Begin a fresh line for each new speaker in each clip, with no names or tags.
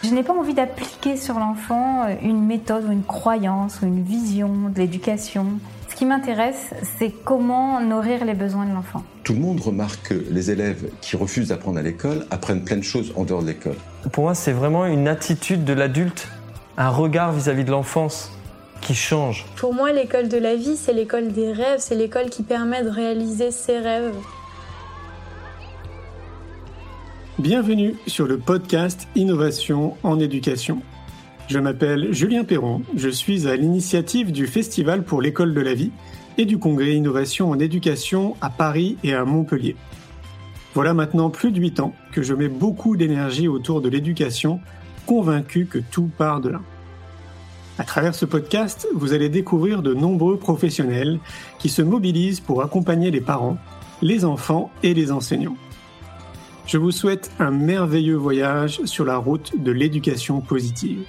Je n'ai pas envie d'appliquer sur l'enfant une méthode ou une croyance ou une vision de l'éducation. Ce qui m'intéresse, c'est comment nourrir les besoins de l'enfant.
Tout le monde remarque que les élèves qui refusent d'apprendre à l'école apprennent plein de choses en dehors de l'école.
Pour moi, c'est vraiment une attitude de l'adulte, un regard vis-à-vis de l'enfance qui change.
Pour moi, l'école de la vie, c'est l'école des rêves, c'est l'école qui permet de réaliser ses rêves.
Bienvenue sur le podcast Innovation en éducation. Je m'appelle Julien Perron, je suis à l'initiative du Festival pour l'école de la vie et du Congrès Innovation en éducation à Paris et à Montpellier. Voilà maintenant plus de 8 ans que je mets beaucoup d'énergie autour de l'éducation, convaincu que tout part de là. À travers ce podcast, vous allez découvrir de nombreux professionnels qui se mobilisent pour accompagner les parents, les enfants et les enseignants. Je vous souhaite un merveilleux voyage sur la route de l'éducation positive.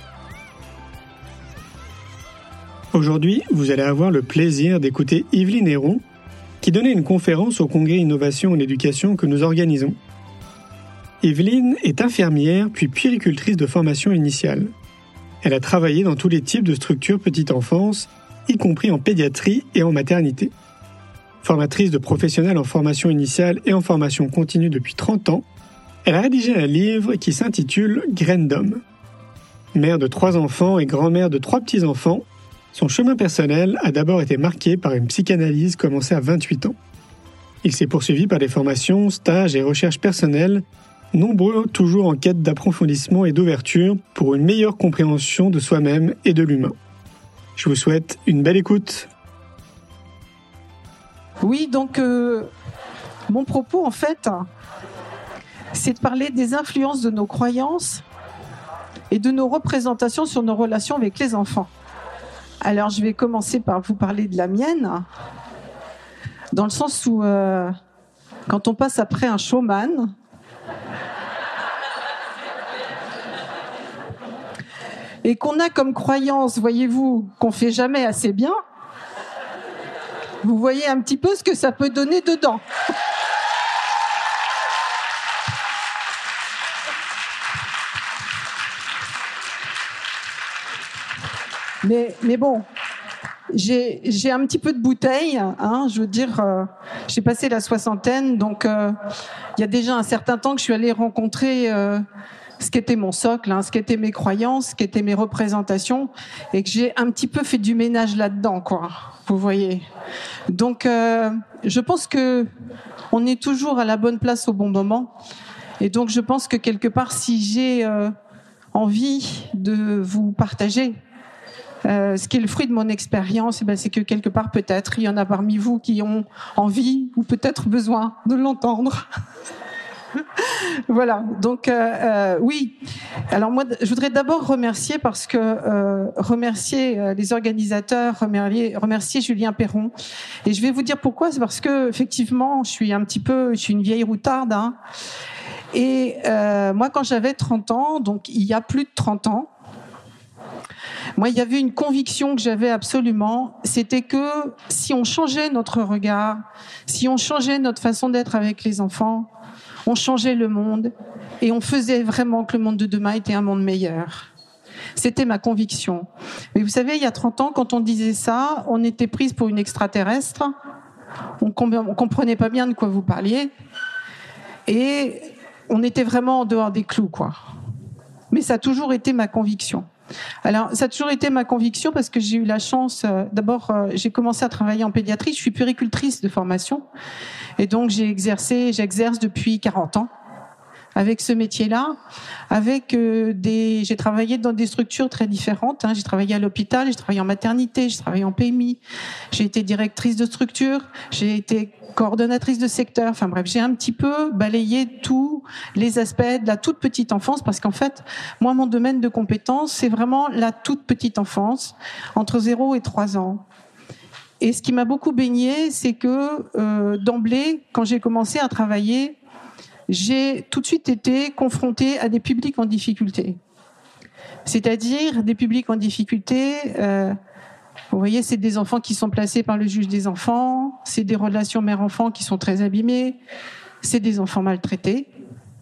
Aujourd'hui, vous allez avoir le plaisir d'écouter Yveline Héron, qui donnait une conférence au Congrès Innovation en éducation que nous organisons. Yveline est infirmière puis puéricultrice de formation initiale. Elle a travaillé dans tous les types de structures petite enfance, y compris en pédiatrie et en maternité. Formatrice de professionnels en formation initiale et en formation continue depuis 30 ans, elle a rédigé un livre qui s'intitule « Graines d'homme ». Mère de 3 enfants et grand-mère de 3 petits-enfants, son chemin personnel a d'abord été marqué par une psychanalyse commencée à 28 ans. Il s'est poursuivi par des formations, stages et recherches personnelles, nombreux toujours en quête d'approfondissement et d'ouverture pour une meilleure compréhension de soi-même et de l'humain. Je vous souhaite une belle écoute.
Oui, donc mon propos en fait, c'est de parler des influences de nos croyances et de nos représentations sur nos relations avec les enfants. Alors je vais commencer par vous parler de la mienne, dans le sens où quand on passe après un showman, et qu'on a comme croyance, voyez-vous, qu'on fait jamais assez bien, vous voyez un petit peu ce que ça peut donner dedans. Mais bon, j'ai un petit peu de bouteille, hein, je veux dire, j'ai passé la soixantaine, donc il y a déjà un certain temps que je suis allée rencontrer ce qu'était mon socle, hein, ce qu'étaient mes croyances, ce qu'étaient mes représentations, et que j'ai un petit peu fait du ménage là-dedans, quoi. Vous voyez. Donc, je pense que on est toujours à la bonne place au bon moment, et donc je pense que quelque part, si j'ai envie de vous partager ce qui est le fruit de mon expérience, c'est que quelque part, peut-être, il y en a parmi vous qui ont envie ou peut-être besoin de l'entendre. Voilà, donc oui. Alors moi, je voudrais d'abord remercier remercier les organisateurs, remercier Julien Perron. Et je vais vous dire pourquoi. C'est parce que effectivement, je suis une vieille routarde. Hein. Et moi, quand j'avais 30 ans, donc il y a plus de 30 ans, moi, il y avait une conviction que j'avais absolument, c'était que si on changeait notre regard, si on changeait notre façon d'être avec les enfants, on changeait le monde et on faisait vraiment que le monde de demain était un monde meilleur. C'était ma conviction. Mais vous savez, il y a 30 ans, quand on disait ça, on était prise pour une extraterrestre. On comprenait pas bien de quoi vous parliez. Et on était vraiment en dehors des clous, quoi. Mais ça a toujours été ma conviction. Alors, ça a toujours été ma conviction parce que j'ai eu la chance, d'abord, j'ai commencé à travailler en pédiatrie, je suis puéricultrice de formation, et donc j'exerce depuis 40 ans avec ce métier-là, j'ai travaillé dans des structures très différentes, hein. J'ai travaillé à l'hôpital, j'ai travaillé en maternité, j'ai travaillé en PMI, j'ai été directrice de structure, j'ai été coordonnatrice de secteur, enfin bref, j'ai un petit peu balayé tous les aspects de la toute petite enfance, parce qu'en fait, moi, mon domaine de compétence, c'est vraiment la toute petite enfance, entre 0 et 3 ans. Et ce qui m'a beaucoup baignée, c'est que d'emblée, quand j'ai commencé à travailler, j'ai tout de suite été confrontée à des publics en difficulté. C'est-à-dire des publics en difficulté, vous voyez, c'est des enfants qui sont placés par le juge des enfants, c'est des relations mère-enfant qui sont très abîmées, c'est des enfants maltraités.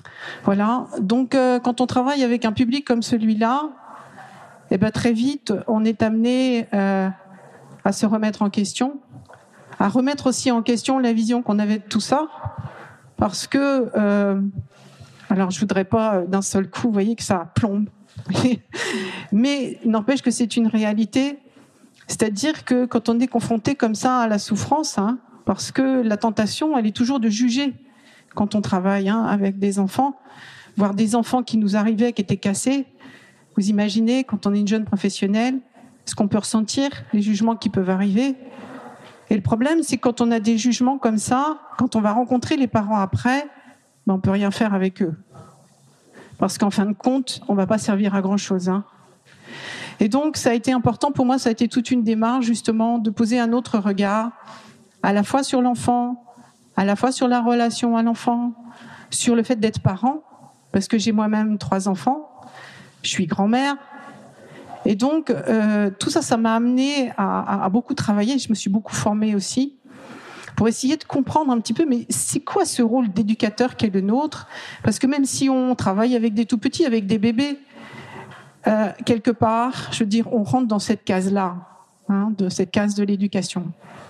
Voilà. Donc, quand on travaille avec un public comme celui-là, eh ben, très vite, on est amené à se remettre en question, à remettre aussi en question la vision qu'on avait de tout ça, parce que, alors je voudrais pas d'un seul coup, vous voyez, que ça plombe, mais n'empêche que c'est une réalité, c'est-à-dire que quand on est confronté comme ça à la souffrance, hein, parce que la tentation, elle est toujours de juger quand on travaille avec des enfants, voir des enfants qui nous arrivaient, qui étaient cassés. Vous imaginez, quand on est une jeune professionnelle, ce qu'on peut ressentir, les jugements qui peuvent arriver. Et le problème, c'est quand on a des jugements comme ça, quand on va rencontrer les parents après, ben on peut rien faire avec eux. Parce qu'en fin de compte, on va pas servir à grand-chose. Et donc, ça a été important pour moi, ça a été toute une démarche, justement, de poser un autre regard, à la fois sur l'enfant, à la fois sur la relation à l'enfant, sur le fait d'être parent, parce que j'ai moi-même 3 enfants, je suis grand-mère, et donc tout ça, ça m'a amené à beaucoup travailler, je me suis beaucoup formée aussi, pour essayer de comprendre un petit peu, mais c'est quoi ce rôle d'éducateur qui est le nôtre? Parce que même si on travaille avec des tout-petits, avec des bébés, quelque part, je veux dire, on rentre dans cette case-là, de cette case de l'éducation.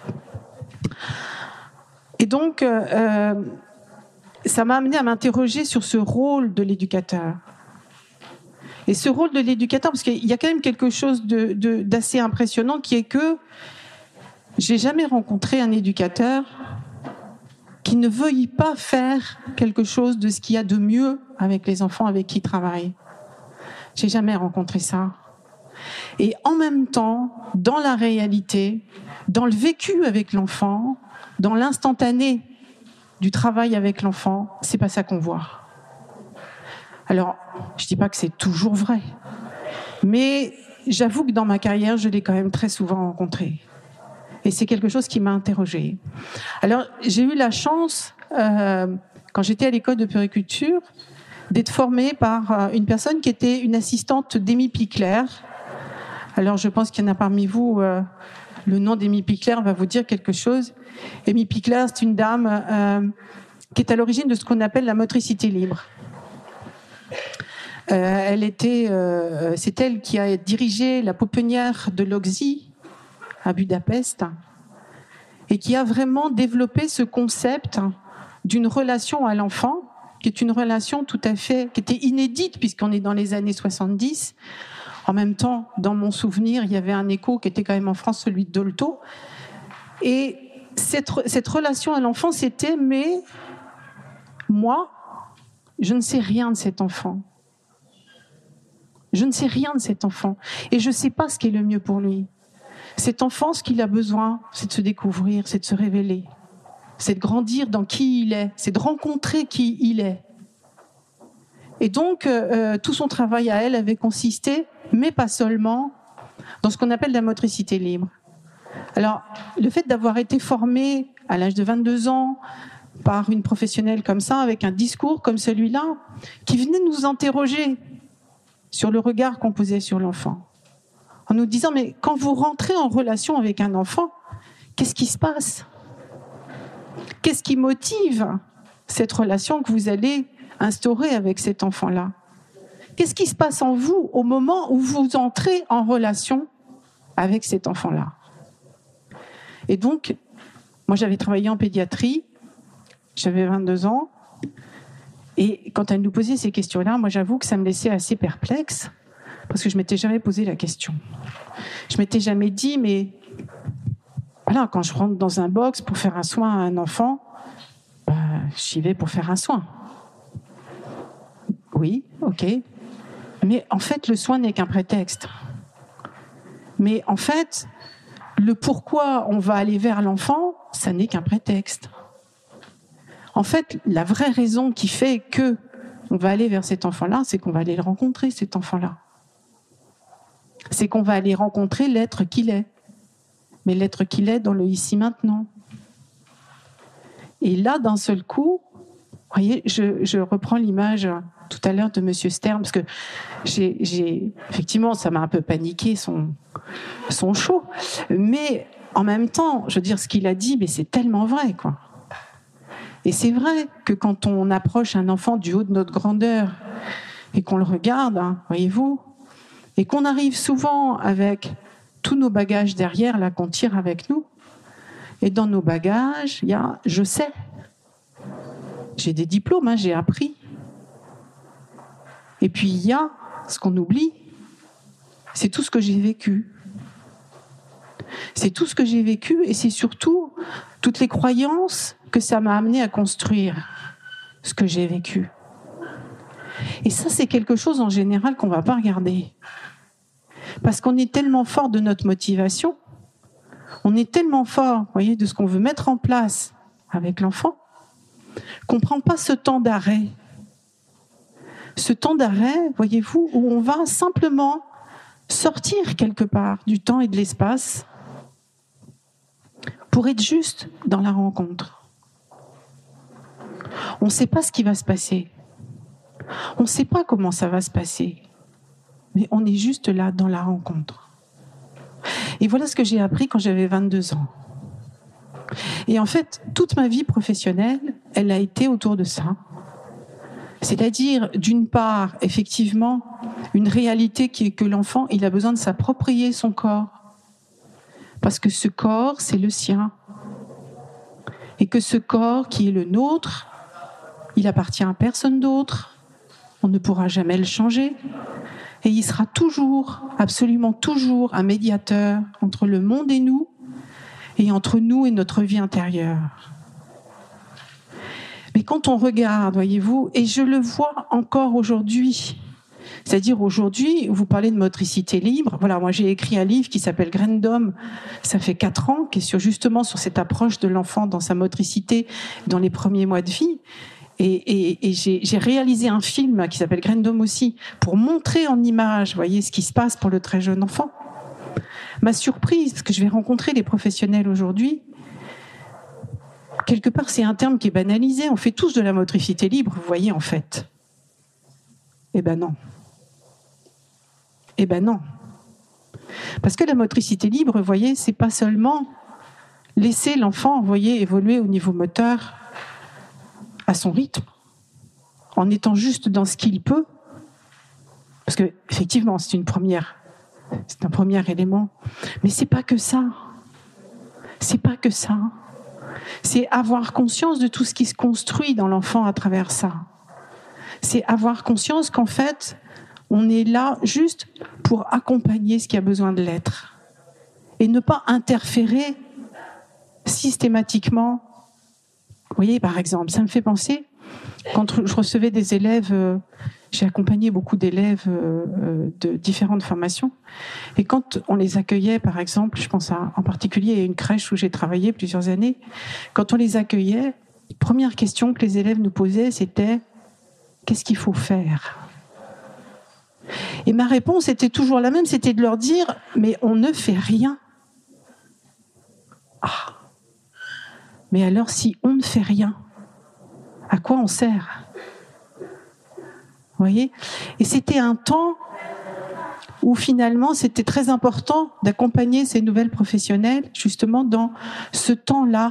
Et donc, ça m'a amené à m'interroger sur ce rôle de l'éducateur. Et ce rôle de l'éducateur, parce qu'il y a quand même quelque chose d'assez impressionnant, qui est que j'ai jamais rencontré un éducateur qui ne veuille pas faire quelque chose de ce qu'il y a de mieux avec les enfants avec qui il travaille. J'ai jamais rencontré ça. Et en même temps, dans la réalité, dans le vécu avec l'enfant, dans l'instantané du travail avec l'enfant, c'est pas ça qu'on voit. Alors, je dis pas que c'est toujours vrai, mais j'avoue que dans ma carrière, je l'ai quand même très souvent rencontré. Et c'est quelque chose qui m'a interrogée. Alors, j'ai eu la chance, quand j'étais à l'école de puériculture, d'être formée par une personne qui était une assistante d'Amy Pickler. Alors, je pense qu'il y en a parmi vous, le nom d'Amy Pickler va vous dire quelque chose. Amy Pickler, c'est une dame qui est à l'origine de ce qu'on appelle la motricité libre. C'est elle qui a dirigé la pouponnière de l'Oxy à Budapest et qui a vraiment développé ce concept d'une relation à l'enfant, qui est une relation tout à fait, qui était inédite puisqu'on est dans les années 70. En même temps, dans mon souvenir, il y avait un écho qui était quand même en France, celui de Dolto. Et cette relation à l'enfant, c'était « mais moi, je ne sais rien de cet enfant. Je ne sais rien de cet enfant. Et je ne sais pas ce qui est le mieux pour lui. Cet enfant, ce qu'il a besoin, c'est de se découvrir, c'est de se révéler. C'est de grandir dans qui il est, c'est de rencontrer qui il est. » Et donc, tout son travail à elle avait consisté, mais pas seulement, dans ce qu'on appelle la motricité libre. Alors, le fait d'avoir été formée à l'âge de 22 ans par une professionnelle comme ça, avec un discours comme celui-là, qui venait nous interroger sur le regard qu'on posait sur l'enfant, en nous disant, mais quand vous rentrez en relation avec un enfant, qu'est-ce qui se passe? Qu'est-ce qui motive cette relation que vous allez instaurer avec cet enfant-là? Qu'est-ce qui se passe en vous au moment où vous entrez en relation avec cet enfant-là? Et donc, moi j'avais travaillé en pédiatrie, j'avais 22 ans, et quand elle nous posait ces questions-là, moi j'avoue que ça me laissait assez perplexe, parce que je m'étais jamais posé la question. Je m'étais jamais dit, mais voilà, quand je rentre dans un box pour faire un soin à un enfant, j'y vais pour faire un soin. Oui, ok. Mais en fait, le soin n'est qu'un prétexte. Mais en fait, le pourquoi on va aller vers l'enfant, ça n'est qu'un prétexte. En fait, la vraie raison qui fait que on va aller vers cet enfant-là, c'est qu'on va aller le rencontrer, cet enfant-là. C'est qu'on va aller rencontrer l'être qu'il est. Mais l'être qu'il est dans le ici-maintenant. Et là, d'un seul coup, vous voyez, je reprends l'image tout à l'heure de Monsieur Stern, parce que effectivement, ça m'a un peu paniqué son show. Mais en même temps, je veux dire, ce qu'il a dit, mais c'est tellement vrai, quoi. Et c'est vrai que quand on approche un enfant du haut de notre grandeur et qu'on le regarde, hein, voyez-vous, et qu'on arrive souvent avec tous nos bagages derrière, là, qu'on tire avec nous, et dans nos bagages, il y a « je sais ». J'ai des diplômes, hein, j'ai appris. Et puis il y a ce qu'on oublie, c'est tout ce que j'ai vécu. C'est tout ce que j'ai vécu et c'est surtout toutes les croyances que ça m'a amené à construire ce que j'ai vécu. Et ça, c'est quelque chose en général qu'on ne va pas regarder. Parce qu'on est tellement fort de notre motivation, on est tellement fort, vous voyez, de ce qu'on veut mettre en place avec l'enfant, qu'on ne prend pas ce temps d'arrêt. Ce temps d'arrêt, voyez-vous, où on va simplement sortir quelque part du temps et de l'espace pour être juste dans la rencontre. On ne sait pas ce qui va se passer. On ne sait pas comment ça va se passer. Mais on est juste là dans la rencontre. Et voilà ce que j'ai appris quand j'avais 22 ans. Et en fait, toute ma vie professionnelle, elle a été autour de ça. C'est-à-dire, d'une part, effectivement, une réalité qui est que l'enfant, il a besoin de s'approprier son corps. Parce que ce corps, c'est le sien. Et que ce corps qui est le nôtre, il appartient à personne d'autre. On ne pourra jamais le changer. Et il sera toujours, absolument toujours, un médiateur entre le monde et nous, et entre nous et notre vie intérieure. Mais quand on regarde, voyez-vous, et je le vois encore aujourd'hui, c'est-à-dire aujourd'hui, vous parlez de motricité libre. Voilà, moi j'ai écrit un livre qui s'appelle Graines d'homme, ça fait 4 ans, qui est justement sur cette approche de l'enfant dans sa motricité dans les premiers mois de vie. Et j'ai réalisé un film qui s'appelle Graines d'homme aussi, pour montrer en images, vous voyez, ce qui se passe pour le très jeune enfant. Ma surprise, parce que je vais rencontrer les professionnels aujourd'hui, quelque part, c'est un terme qui est banalisé. On fait tous de la motricité libre, vous voyez, en fait. Eh ben non. Eh ben non. Parce que la motricité libre, vous voyez, c'est pas seulement laisser l'enfant, vous voyez, évoluer au niveau moteur à son rythme, en étant juste dans ce qu'il peut. Parce que, effectivement, c'est un premier élément. Mais c'est pas que ça. C'est pas que ça. C'est avoir conscience de tout ce qui se construit dans l'enfant à travers ça. C'est avoir conscience qu'en fait, on est là juste pour accompagner ce qui a besoin de l'être. Et ne pas interférer systématiquement. Vous voyez, par exemple, ça me fait penser, quand je recevais des élèves, j'ai accompagné beaucoup d'élèves de différentes formations, et quand on les accueillait, par exemple, je pense en particulier à une crèche où j'ai travaillé plusieurs années, quand on les accueillait, la première question que les élèves nous posaient, c'était « Qu'est-ce qu'il faut faire ?» Et ma réponse était toujours la même, c'était de leur dire « Mais on ne fait rien. » Ah. Mais alors, si on ne fait rien, à quoi on sert ? Vous voyez ? Et c'était un temps où finalement, c'était très important d'accompagner ces nouvelles professionnelles justement dans ce temps-là.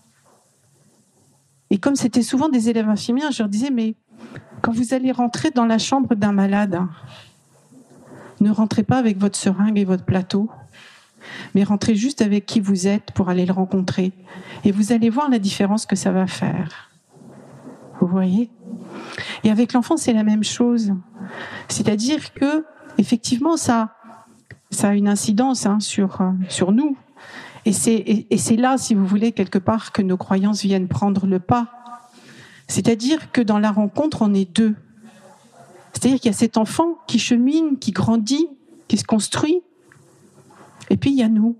Et comme c'était souvent des élèves infirmières, je leur disais, mais quand vous allez rentrer dans la chambre d'un malade, ne rentrez pas avec votre seringue et votre plateau, mais rentrez juste avec qui vous êtes pour aller le rencontrer. Et vous allez voir la différence que ça va faire. Vous voyez ? Et avec l'enfant, c'est la même chose. C'est-à-dire que, effectivement, ça a une incidence sur nous. Et c'est là, si vous voulez, quelque part, que nos croyances viennent prendre le pas. C'est-à-dire que dans la rencontre, on est deux. C'est-à-dire qu'il y a cet enfant qui chemine, qui grandit, qui se construit. Et puis, il y a nous.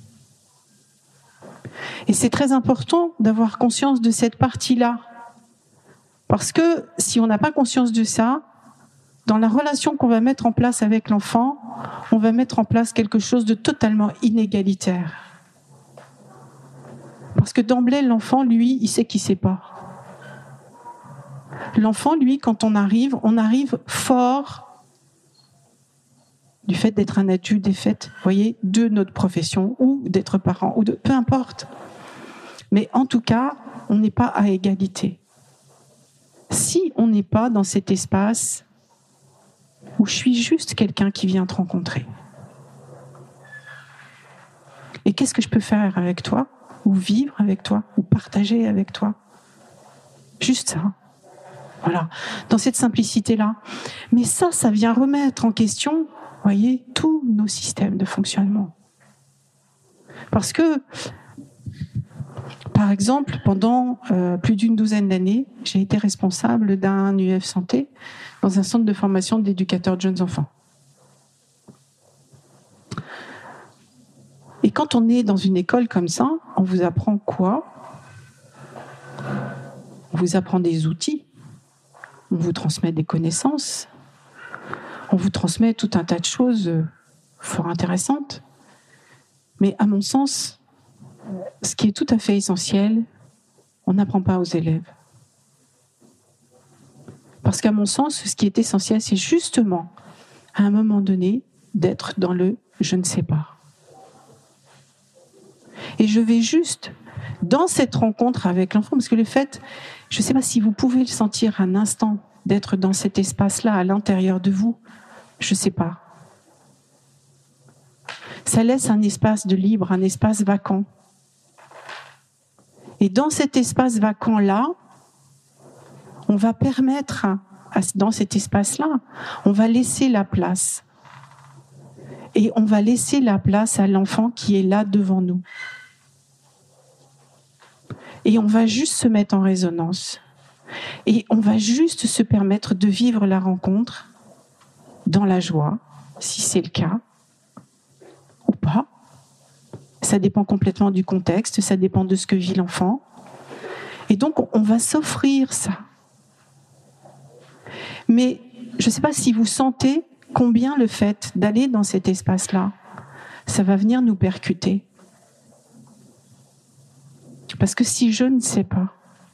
Et c'est très important d'avoir conscience de cette partie-là. Parce que si on n'a pas conscience de ça, dans la relation qu'on va mettre en place avec l'enfant, on va mettre en place quelque chose de totalement inégalitaire. Parce que d'emblée, l'enfant, lui, il sait qu'il ne sait pas. L'enfant, lui, quand on arrive fort du fait d'être un adulte, des faits, vous voyez, de notre profession, ou d'être parent, ou peu importe. Mais en tout cas, on n'est pas à égalité. Si on n'est pas dans cet espace où je suis juste quelqu'un qui vient te rencontrer. Et qu'est-ce que je peux faire avec toi, ou vivre avec toi, ou partager avec toi? Juste ça. Voilà, dans cette simplicité-là. Mais ça vient remettre en question, vous voyez, tous nos systèmes de fonctionnement. Parce que, par exemple, pendant plus d'une douzaine d'années, j'ai été responsable d'un UF Santé dans un centre de formation d'éducateurs de jeunes enfants. Et quand on est dans une école comme ça, on vous apprend quoi? On vous apprend des outils, on vous transmet des connaissances, on vous transmet tout un tas de choses fort intéressantes. Mais à mon sens, ce qui est tout à fait essentiel, on n'apprend pas aux élèves. Parce qu'à mon sens, ce qui est essentiel, c'est justement, à un moment donné, d'être dans le « je ne sais pas ». Et je vais juste, dans cette rencontre avec l'enfant, parce que le fait, je ne sais pas si vous pouvez le sentir un instant, d'être dans cet espace-là, à l'intérieur de vous, je ne sais pas. Ça laisse un espace de libre, un espace vacant. Et dans cet espace vacant-là, on va permettre, dans cet espace-là, on va laisser la place. Et on va laisser la place à l'enfant qui est là devant nous. Et on va juste se mettre en résonance. Et on va juste se permettre de vivre la rencontre dans la joie, si c'est le cas, ou pas. Ça dépend complètement du contexte, ça dépend de ce que vit l'enfant. Et donc, on va s'offrir ça. Mais je ne sais pas si vous sentez combien le fait d'aller dans cet espace-là, ça va venir nous percuter. Parce que si je ne sais pas,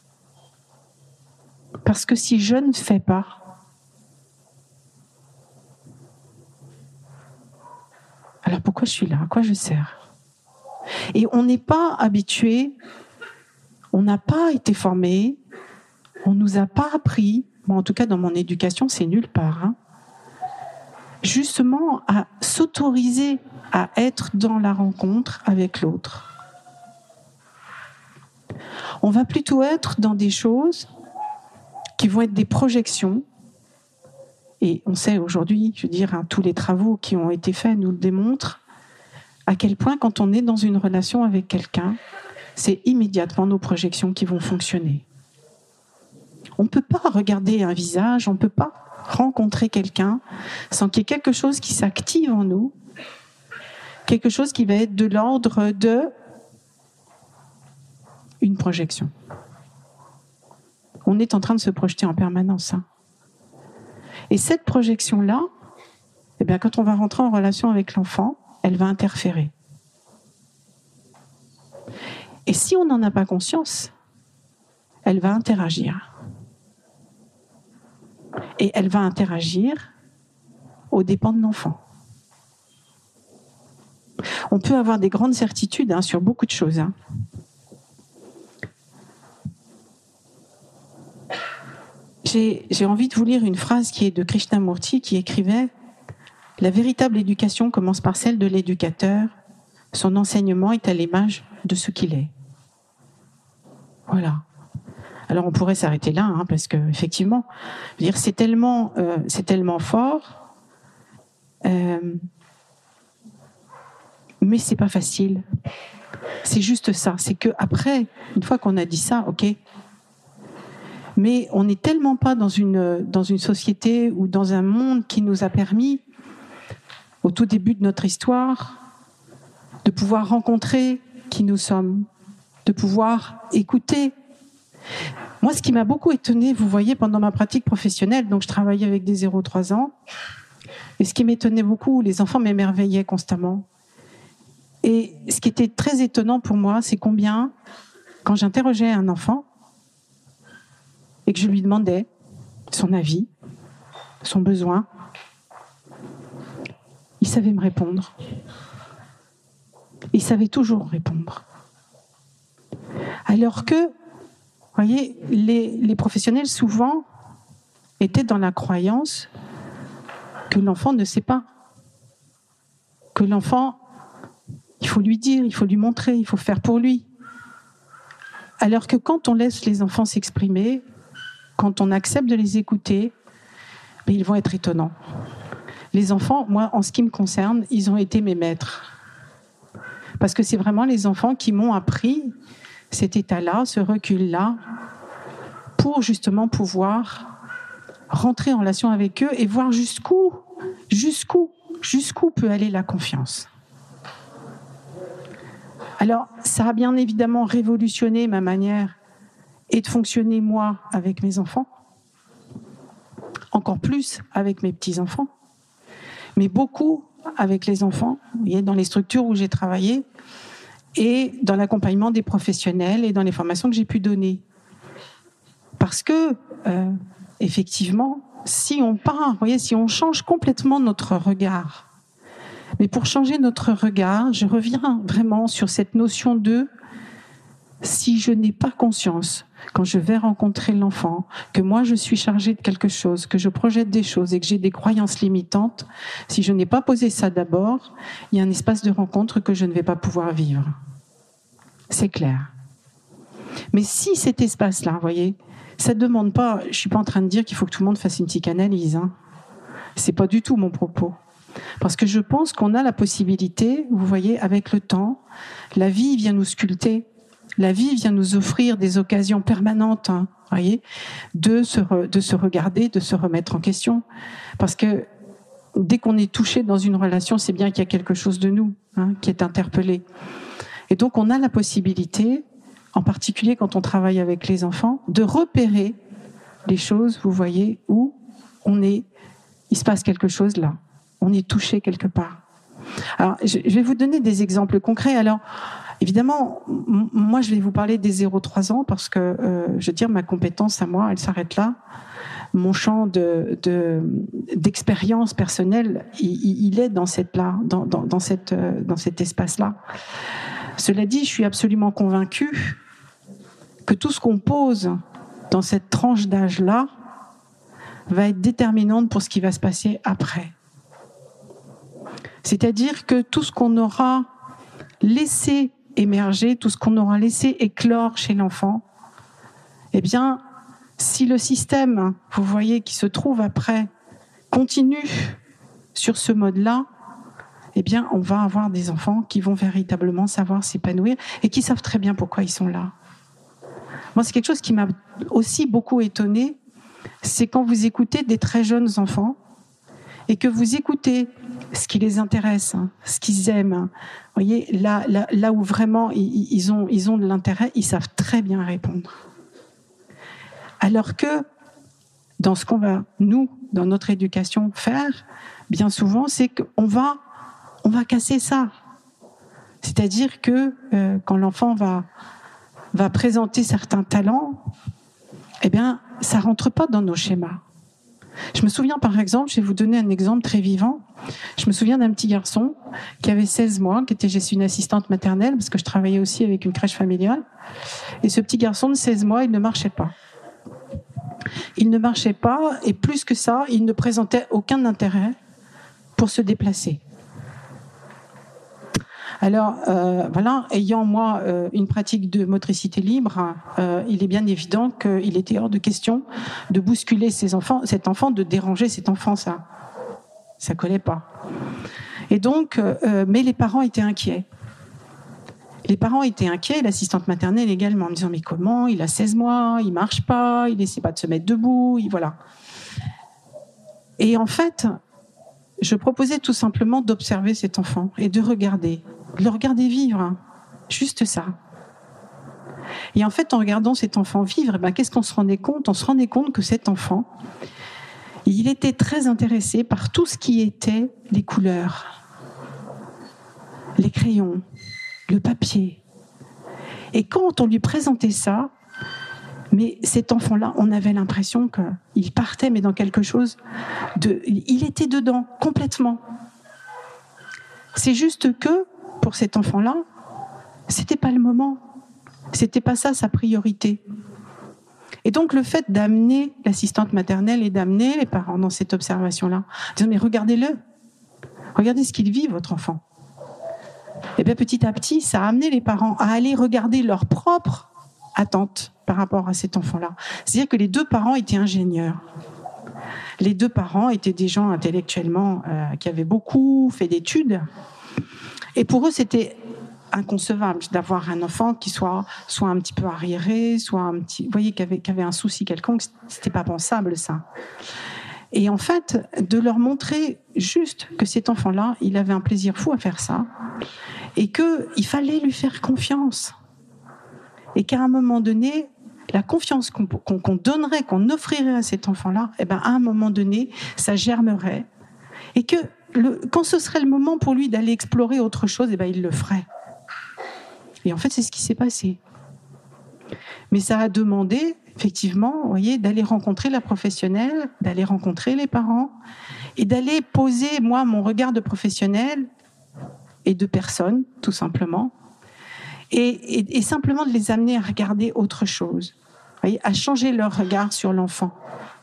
parce que si je ne fais pas, alors pourquoi je suis là? À quoi je sers? Et on n'est pas habitué, on n'a pas été formé, on ne nous a pas appris, bon, en tout cas dans mon éducation, c'est nulle part, justement à s'autoriser à être dans la rencontre avec l'autre. On va plutôt être dans des choses qui vont être des projections. Et on sait aujourd'hui, je veux dire, tous les travaux qui ont été faits nous le démontrent, à quel point quand on est dans une relation avec quelqu'un, c'est immédiatement nos projections qui vont fonctionner. On ne peut pas regarder un visage, on ne peut pas rencontrer quelqu'un sans qu'il y ait quelque chose qui s'active en nous, quelque chose qui va être de l'ordre de une projection. On est en train de se projeter en permanence. Et cette projection-là, eh bien, quand on va rentrer en relation avec l'enfant, elle va interférer. Et si on n'en a pas conscience, elle va interagir. Et elle va interagir aux dépens de l'enfant. On peut avoir des grandes certitudes sur beaucoup de choses. J'ai envie de vous lire une phrase qui est de Krishnamurti qui écrivait « La véritable éducation commence par celle de l'éducateur. Son enseignement est à l'image de ce qu'il est. » Voilà. Alors on pourrait s'arrêter là, parce que effectivement, c'est tellement fort, mais c'est pas facile. C'est juste ça. C'est que après, une fois qu'on a dit ça, ok. Mais on n'est tellement pas dans une société ou dans un monde qui nous a permis, au tout début de notre histoire, de pouvoir rencontrer qui nous sommes, de pouvoir écouter. Moi, ce qui m'a beaucoup étonnée, vous voyez, pendant ma pratique professionnelle, donc je travaillais avec des 0-3 ans, et ce qui m'étonnait beaucoup, les enfants m'émerveillaient constamment. Et ce qui était très étonnant pour moi, c'est combien, quand j'interrogeais un enfant, et que je lui demandais son avis, son besoin, il savait me répondre. Il savait toujours répondre. Alors que voyez, les professionnels souvent étaient dans la croyance que l'enfant ne sait pas. Que l'enfant, il faut lui dire, il faut lui montrer, il faut faire pour lui. Alors que quand on laisse les enfants s'exprimer, quand on accepte de les écouter, ben ils vont être étonnants. Les enfants, moi, en ce qui me concerne, ils ont été mes maîtres. Parce que c'est vraiment les enfants qui m'ont appris cet état-là, ce recul-là, pour justement pouvoir rentrer en relation avec eux et voir jusqu'où peut aller la confiance. Alors, ça a bien évidemment révolutionné ma manière et de fonctionner, moi, avec mes enfants, encore plus avec mes petits-enfants, mais beaucoup avec les enfants, vous voyez, dans les structures où j'ai travaillé et dans l'accompagnement des professionnels et dans les formations que j'ai pu donner. Parce que, effectivement, si on part, vous voyez, si on change complètement notre regard, mais pour changer notre regard, je reviens vraiment sur cette notion de si je n'ai pas conscience, quand je vais rencontrer l'enfant, que moi je suis chargée de quelque chose, que je projette des choses et que j'ai des croyances limitantes, si je n'ai pas posé ça d'abord, il y a un espace de rencontre que je ne vais pas pouvoir vivre. C'est clair. Mais si cet espace-là, vous voyez, ça ne demande pas, je ne suis pas en train de dire qu'il faut que tout le monde fasse une psychanalyse, hein. Ce n'est pas du tout mon propos. Parce que je pense qu'on a la possibilité, vous voyez, avec le temps, la vie vient nous sculpter, la vie vient nous offrir des occasions permanentes, hein, voyez, de se regarder, de se remettre en question. Parce que dès qu'on est touché dans une relation, c'est bien qu'il y a quelque chose de nous, hein, qui est interpellé. Et donc on a la possibilité, en particulier quand on travaille avec les enfants, de repérer les choses, vous voyez, où il se passe quelque chose là. On est touché quelque part. Alors, je vais vous donner des exemples concrets. Alors, évidemment, moi, je vais vous parler des 0-3 ans parce que, je veux dire, ma compétence à moi, elle s'arrête là. Mon champ d'expérience personnelle, il est dans cet espace-là. Cela dit, je suis absolument convaincue que tout ce qu'on pose dans cette tranche d'âge-là va être déterminante pour ce qui va se passer après. C'est-à-dire que tout ce qu'on aura laissé émerger, tout ce qu'on aura laissé éclore chez l'enfant, eh bien, si le système, vous voyez, qui se trouve après, continue sur ce mode-là, eh bien, on va avoir des enfants qui vont véritablement savoir s'épanouir et qui savent très bien pourquoi ils sont là. Moi, c'est quelque chose qui m'a aussi beaucoup étonnée, c'est quand vous écoutez des très jeunes enfants et que vous écoutez ce qui les intéresse, hein, ce qu'ils aiment. Vous voyez, là où vraiment ils ont de l'intérêt, ils savent très bien répondre. Alors que dans ce qu'on va, nous, dans notre éducation, faire, bien souvent, c'est qu'on va casser ça. C'est-à-dire que quand l'enfant va présenter certains talents, eh bien, ça ne rentre pas dans nos schémas. Je me souviens, par exemple, je vais vous donner un exemple très vivant. Je me souviens d'un petit garçon qui avait 16 mois, je suis une assistante maternelle, parce que je travaillais aussi avec une crèche familiale. Et ce petit garçon de 16 mois, il ne marchait pas. Il ne marchait pas, et plus que ça, il ne présentait aucun intérêt pour se déplacer. Alors, voilà, ayant moi une pratique de motricité libre, il est bien évident qu'il était hors de question de bousculer cet enfant, de déranger cet enfant, ça collait pas. Et donc, mais les parents étaient inquiets. Les parents étaient inquiets, l'assistante maternelle également, en me disant mais comment, il a 16 mois, il marche pas, il essaie pas de se mettre debout, voilà. Et en fait, je proposais tout simplement d'observer cet enfant et de le regarder vivre, hein. Juste ça. Et en fait, en regardant cet enfant vivre, qu'est-ce qu'on se rendait compte ? On se rendait compte que cet enfant, il était très intéressé par tout ce qui était les couleurs, les crayons, le papier. Et quand on lui présentait ça, mais cet enfant-là, on avait l'impression qu'il partait, mais dans quelque chose il était dedans, complètement. C'est juste que, pour cet enfant-là, c'était pas le moment. C'était pas ça sa priorité. Et donc, le fait d'amener l'assistante maternelle et d'amener les parents dans cette observation-là, disant, mais regardez-le, regardez ce qu'il vit, votre enfant. Et bien, petit à petit, ça a amené les parents à aller regarder leur propre attente par rapport à cet enfant-là. C'est-à-dire que les deux parents étaient ingénieurs. Les deux parents étaient des gens intellectuellement qui avaient beaucoup fait d'études. Et pour eux, c'était inconcevable d'avoir un enfant qui soit un petit peu arriéré, soit un petit, vous voyez, qui avait un souci quelconque. C'était pas pensable, ça. Et en fait, de leur montrer juste que cet enfant-là, il avait un plaisir fou à faire ça, et qu'il fallait lui faire confiance. Et qu'à un moment donné, la confiance qu'on donnerait, qu'on offrirait à cet enfant-là, eh ben, à un moment donné, ça germerait. Et que quand ce serait le moment pour lui d'aller explorer autre chose, eh ben, il le ferait. Et en fait, c'est ce qui s'est passé. Mais ça a demandé, effectivement, vous voyez, d'aller rencontrer la professionnelle, d'aller rencontrer les parents, et d'aller poser, moi, mon regard de professionnel et de personne, tout simplement, et simplement de les amener à regarder autre chose, vous voyez, à changer leur regard sur l'enfant.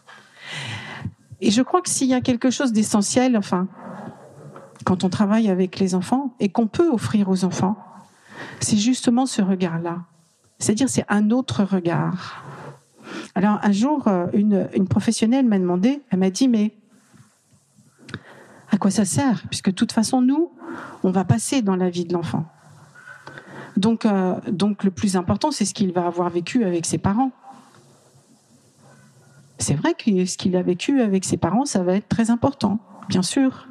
Et je crois que s'il y a quelque chose d'essentiel, enfin, quand on travaille avec les enfants et qu'on peut offrir aux enfants, c'est justement ce regard-là. C'est-à-dire, c'est un autre regard. Alors, un jour, une professionnelle m'a demandé, elle m'a dit, mais à quoi ça sert? Puisque de toute façon, nous, on va passer dans la vie de l'enfant. Donc, le plus important, c'est ce qu'il va avoir vécu avec ses parents. C'est vrai que ce qu'il a vécu avec ses parents, ça va être très important, bien sûr.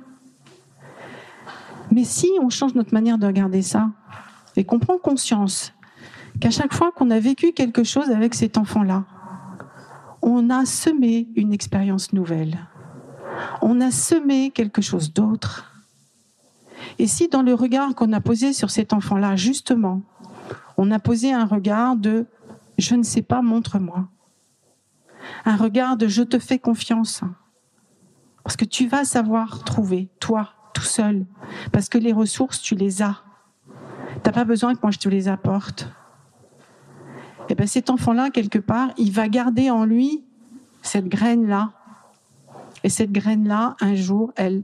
Mais si on change notre manière de regarder ça, et qu'on prend conscience qu'à chaque fois qu'on a vécu quelque chose avec cet enfant-là, on a semé une expérience nouvelle. On a semé quelque chose d'autre. Et si dans le regard qu'on a posé sur cet enfant-là, justement, on a posé un regard de « je ne sais pas, montre-moi ». Un regard de « je te fais confiance ». Parce que tu vas savoir trouver, toi, tout seul. Parce que les ressources, tu les as. Tu n'as pas besoin que moi je te les apporte. Et bien cet enfant-là, quelque part, il va garder en lui cette graine-là. Et cette graine-là, un jour, elle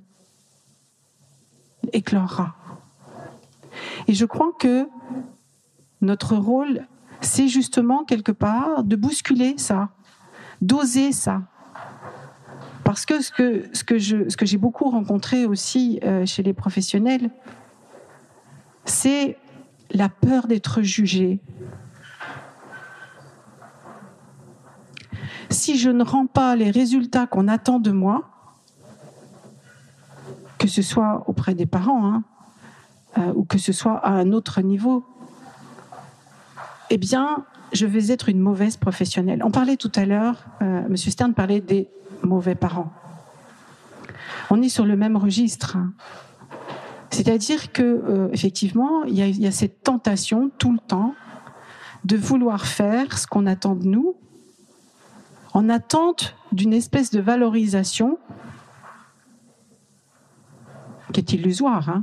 éclorera. Et je crois que notre rôle, c'est justement, quelque part, de bousculer ça, d'oser ça. Parce que ce que j'ai beaucoup rencontré aussi chez les professionnels, c'est la peur d'être jugé. Si je ne rends pas les résultats qu'on attend de moi, que ce soit auprès des parents, ou que ce soit à un autre niveau, eh bien, je vais être une mauvaise professionnelle. On parlait tout à l'heure, M. Stern parlait des mauvais parents. On est sur le même registre. C'est-à-dire que, effectivement, il y a cette tentation tout le temps de vouloir faire ce qu'on attend de nous, en attente d'une espèce de valorisation qui est illusoire.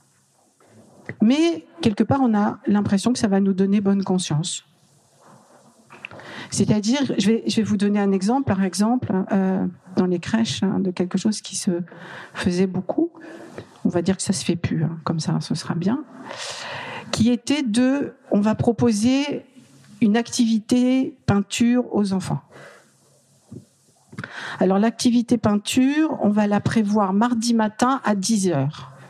Mais, quelque part, on a l'impression que ça va nous donner bonne conscience. C'est-à-dire, je vais vous donner un exemple, par exemple, dans les crèches, de quelque chose qui se faisait beaucoup. On va dire que ça se fait plus, comme ça, ce sera bien. Qui était on va proposer une activité peinture aux enfants. Alors, l'activité peinture, on va la prévoir mardi matin à 10h.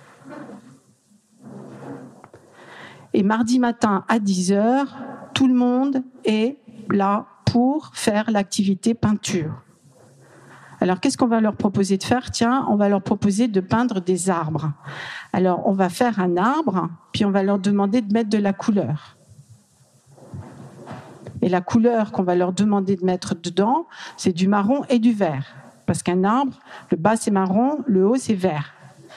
Et mardi matin à 10h, tout le monde est là pour faire l'activité peinture. Alors, qu'est-ce qu'on va leur proposer de faire? Tiens, on va leur proposer de peindre des arbres. Alors, on va faire un arbre, puis on va leur demander de mettre de la couleur. Et la couleur qu'on va leur demander de mettre dedans, c'est du marron et du vert. Parce qu'un arbre, le bas c'est marron, le haut c'est vert.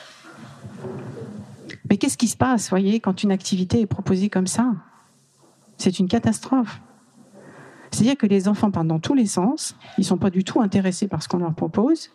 Mais qu'est-ce qui se passe, voyez, quand une activité est proposée comme ça? C'est une catastrophe. C'est-à-dire que les enfants partent dans tous les sens, ils ne sont pas du tout intéressés par ce qu'on leur propose,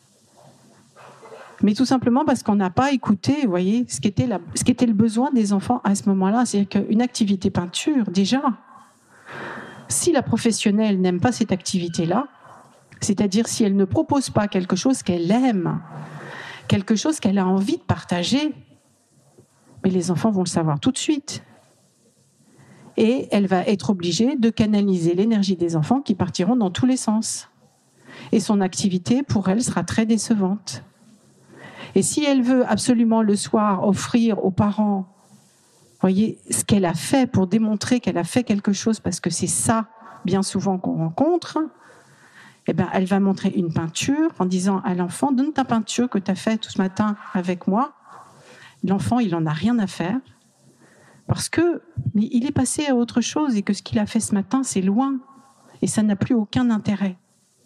mais tout simplement parce qu'on n'a pas écouté, vous voyez, ce qui était le besoin des enfants à ce moment-là. C'est-à-dire qu'une activité peinture, déjà, si la professionnelle n'aime pas cette activité-là, c'est-à-dire si elle ne propose pas quelque chose qu'elle aime, quelque chose qu'elle a envie de partager, mais les enfants vont le savoir tout de suite. Et elle va être obligée de canaliser l'énergie des enfants qui partiront dans tous les sens. Et son activité, pour elle, sera très décevante. Et si elle veut absolument le soir offrir aux parents, voyez, ce qu'elle a fait pour démontrer qu'elle a fait quelque chose, parce que c'est ça, bien souvent, qu'on rencontre, eh ben, elle va montrer une peinture en disant à l'enfant, donne ta peinture que tu as faite tout ce matin avec moi. L'enfant, il n'en a rien à faire, parce que mais il est passé à autre chose et que ce qu'il a fait ce matin, c'est loin, et ça n'a plus aucun intérêt.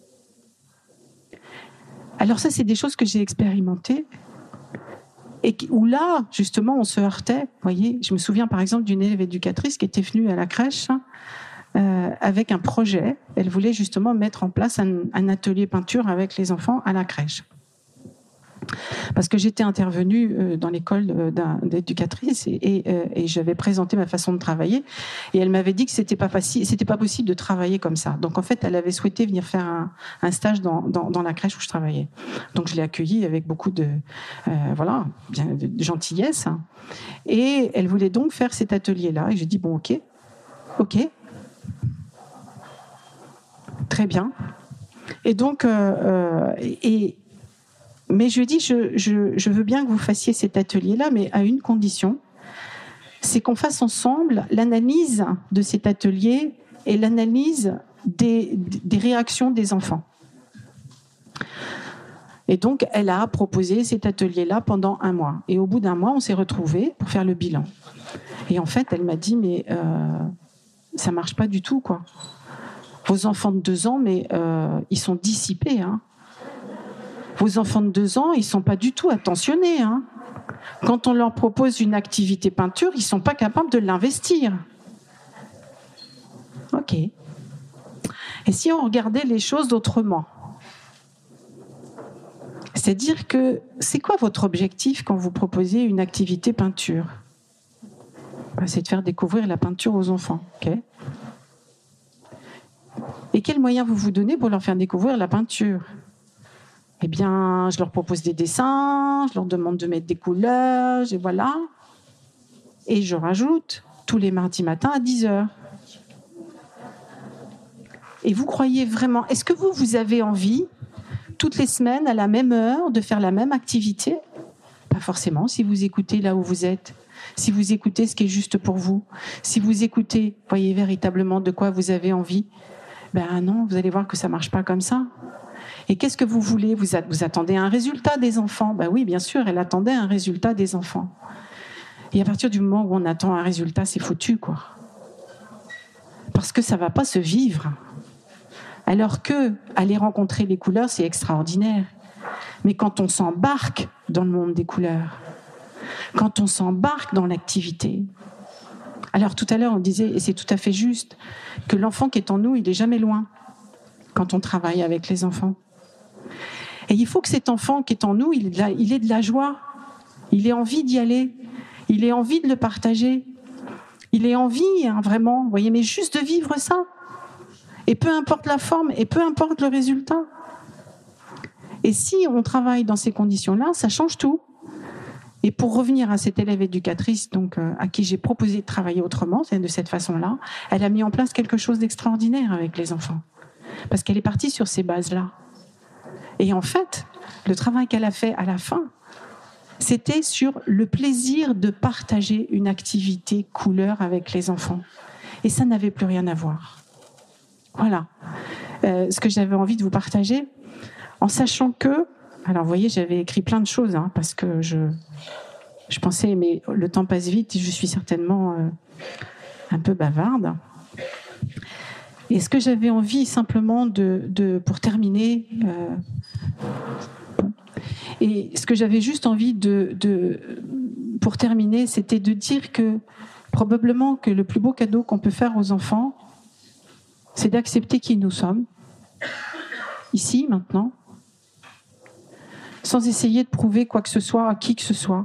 Alors ça, c'est des choses que j'ai expérimentées, et où là, justement, on se heurtait. Vous voyez, je me souviens par exemple d'une élève éducatrice qui était venue à la crèche avec un projet. Elle voulait justement mettre en place un atelier peinture avec les enfants à la crèche. Parce que j'étais intervenue dans l'école d'éducatrice et j'avais présenté ma façon de travailler et elle m'avait dit que c'était pas possible de travailler comme ça. Donc en fait, elle avait souhaité venir faire un stage dans la crèche où je travaillais. Donc je l'ai accueillie avec beaucoup de gentillesse et elle voulait donc faire cet atelier-là et j'ai dit bon ok, très bien. Et donc mais je dis, je veux bien que vous fassiez cet atelier-là, mais à une condition, c'est qu'on fasse ensemble l'analyse de cet atelier et l'analyse des réactions des enfants. Et donc, elle a proposé cet atelier-là pendant 1 mois. Et au bout d'1 mois, on s'est retrouvés pour faire le bilan. Et en fait, elle m'a dit, mais ça marche pas du tout, quoi. Vos enfants de 2 ans, mais ils sont dissipés, hein. Vos enfants de 2 ans, ils ne sont pas du tout attentionnés. Hein. Quand on leur propose une activité peinture, ils ne sont pas capables de l'investir. Ok. Et si on regardait les choses autrement ? C'est-à-dire que, c'est quoi votre objectif quand vous proposez une activité peinture ? C'est de faire découvrir la peinture aux enfants. Okay. Et quels moyens vous vous donnez pour leur faire découvrir la peinture ? Eh bien, je leur propose des dessins, je leur demande de mettre des couleurs, et voilà. Et je rajoute tous les mardis matins à 10h. Et vous croyez vraiment, est-ce que vous avez envie, toutes les semaines, à la même heure, de faire la même activité ? Pas forcément, si vous écoutez là où vous êtes, si vous écoutez ce qui est juste pour vous, si vous écoutez, voyez véritablement de quoi vous avez envie, ben non, vous allez voir que ça ne marche pas comme ça. Et qu'est-ce que vous voulez ? Vous attendez un résultat des enfants ? Ben oui, bien sûr, elle attendait un résultat des enfants. Et à partir du moment où on attend un résultat, c'est foutu, quoi. Parce que ça ne va pas se vivre. Alors que aller rencontrer les couleurs, c'est extraordinaire. Mais quand on s'embarque dans le monde des couleurs, quand on s'embarque dans l'activité... Alors tout à l'heure, on disait, et c'est tout à fait juste, que l'enfant qui est en nous, il n'est jamais loin quand on travaille avec les enfants. Et il faut que cet enfant qui est en nous, il ait de la joie, il ait envie d'y aller, il ait envie de le partager, il ait envie, hein, vraiment, vous voyez, mais juste de vivre ça. Et peu importe la forme, et peu importe le résultat. Et si on travaille dans ces conditions-là, ça change tout. Et pour revenir à cette élève éducatrice, donc à qui j'ai proposé de travailler autrement, c'est de cette façon-là, elle a mis en place quelque chose d'extraordinaire avec les enfants. Parce qu'elle est partie sur ces bases-là. Et en fait, le travail qu'elle a fait à la fin, c'était sur le plaisir de partager une activité couleur avec les enfants. Et ça n'avait plus rien à voir. Voilà. Ce que j'avais envie de vous partager, en sachant que... Alors, vous voyez, j'avais écrit plein de choses, hein, parce que je pensais, mais le temps passe vite et je suis certainement un peu bavarde. Et ce que j'avais envie simplement pour terminer, et ce que j'avais juste envie pour terminer, c'était de dire que probablement que le plus beau cadeau qu'on peut faire aux enfants, c'est d'accepter qui nous sommes, ici, maintenant, sans essayer de prouver quoi que ce soit à qui que ce soit.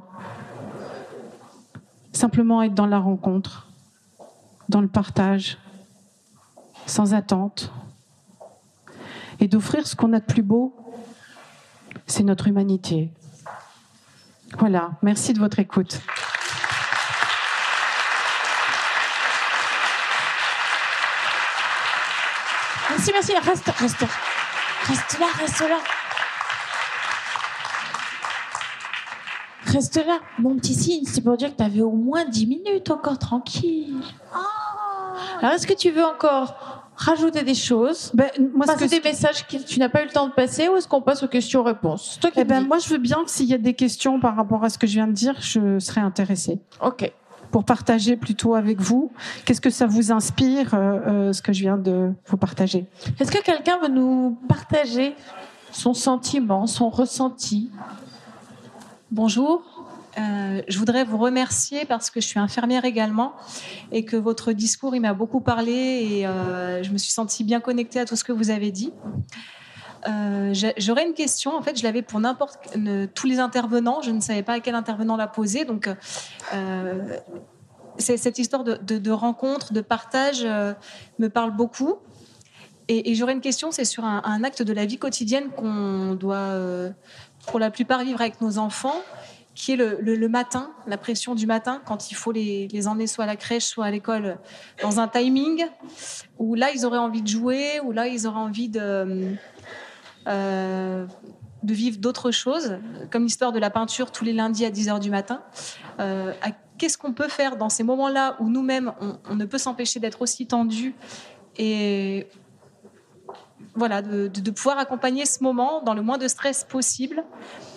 Simplement être dans la rencontre, dans le partage, sans attente, et d'offrir ce qu'on a de plus beau, c'est notre humanité. Voilà, merci de votre écoute.
Merci, reste là. Reste là, mon petit signe, c'est pour dire que tu avais au moins 10 minutes encore, tranquille. Alors, est-ce que tu veux encore rajouter des choses, passer des messages que tu n'as pas eu le temps de passer, ou est-ce qu'on passe aux questions-réponses?
Moi, je veux bien que s'il y a des questions par rapport à ce que je viens de dire, je serais intéressée.
Ok.
Pour partager plutôt avec vous, qu'est-ce que ça vous inspire, ce que je viens de vous partager?
Est-ce que quelqu'un veut nous partager son sentiment, son ressenti?
Bonjour, je voudrais vous remercier parce que je suis infirmière également et que votre discours il m'a beaucoup parlé et je me suis sentie bien connectée à tout ce que vous avez dit. J'aurais une question, en fait je l'avais pour tous les intervenants, je ne savais pas à quel intervenant la poser, donc cette histoire de rencontre, de partage me parle beaucoup. Et j'aurais une question, c'est sur un acte de la vie quotidienne qu'on doit pour la plupart vivre avec nos enfants, qui est le matin, la pression du matin, quand il faut les emmener soit à la crèche, soit à l'école, dans un timing où là, ils auraient envie de jouer, où là, ils auraient envie de vivre d'autres choses, comme l'histoire de la peinture tous les lundis à 10h du matin. Qu'est-ce qu'on peut faire dans ces moments-là où nous-mêmes, on ne peut s'empêcher d'être aussi tendus et voilà, de pouvoir accompagner ce moment dans le moins de stress possible.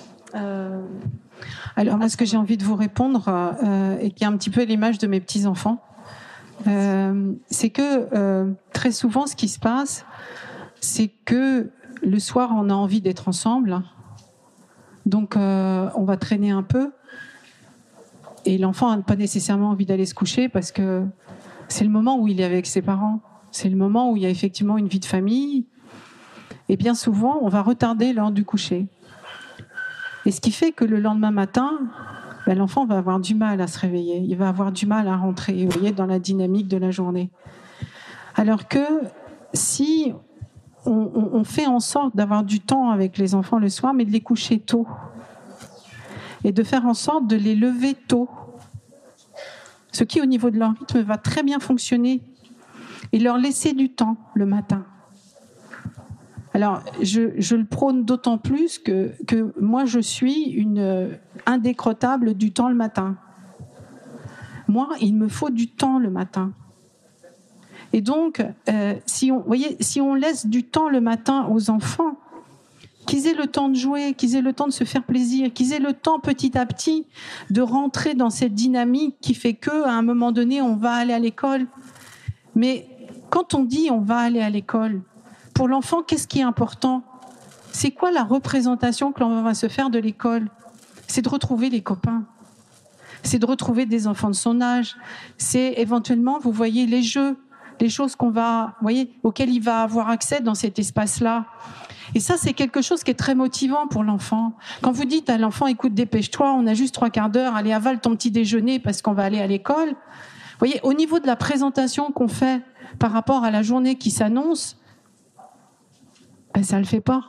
Alors, moi, ce que j'ai envie de vous répondre, et qui est un petit peu l'image de mes petits-enfants, c'est que très souvent, ce qui se passe, c'est que le soir, on a envie d'être ensemble. Donc, on va traîner un peu. Et l'enfant n'a pas nécessairement envie d'aller se coucher parce que c'est le moment où il est avec ses parents. C'est le moment où il y a effectivement une vie de famille. Et bien souvent, on va retarder l'heure du coucher. Et ce qui fait que le lendemain matin, l'enfant va avoir du mal à se réveiller. Il va avoir du mal à rentrer, vous voyez, dans la dynamique de la journée. Alors que si on fait en sorte d'avoir du temps avec les enfants le soir, mais de les coucher tôt. Et de faire en sorte de les lever tôt. Ce qui, au niveau de leur rythme, va très bien fonctionner. Et leur laisser du temps le matin. Alors, je le prône d'autant plus que moi, je suis une indécrottable du temps le matin. Moi, il me faut du temps le matin. Et donc, si on laisse du temps le matin aux enfants, qu'ils aient le temps de jouer, qu'ils aient le temps de se faire plaisir, qu'ils aient le temps petit à petit de rentrer dans cette dynamique qui fait qu'à un moment donné, on va aller à l'école. Mais quand on dit on va aller à l'école, pour l'enfant, qu'est-ce qui est important? C'est quoi la représentation que l'on va se faire de l'école? C'est de retrouver les copains. C'est de retrouver des enfants de son âge. C'est éventuellement, vous voyez, les jeux, les choses auxquelles il va avoir accès dans cet espace-là. Et ça, c'est quelque chose qui est très motivant pour l'enfant. Quand vous dites à l'enfant, écoute, dépêche-toi, on a juste 3/4 d'heure, allez, avale ton petit déjeuner parce qu'on va aller à l'école. Vous voyez, au niveau de la présentation qu'on fait par rapport à la journée qui s'annonce, ça ne le fait pas.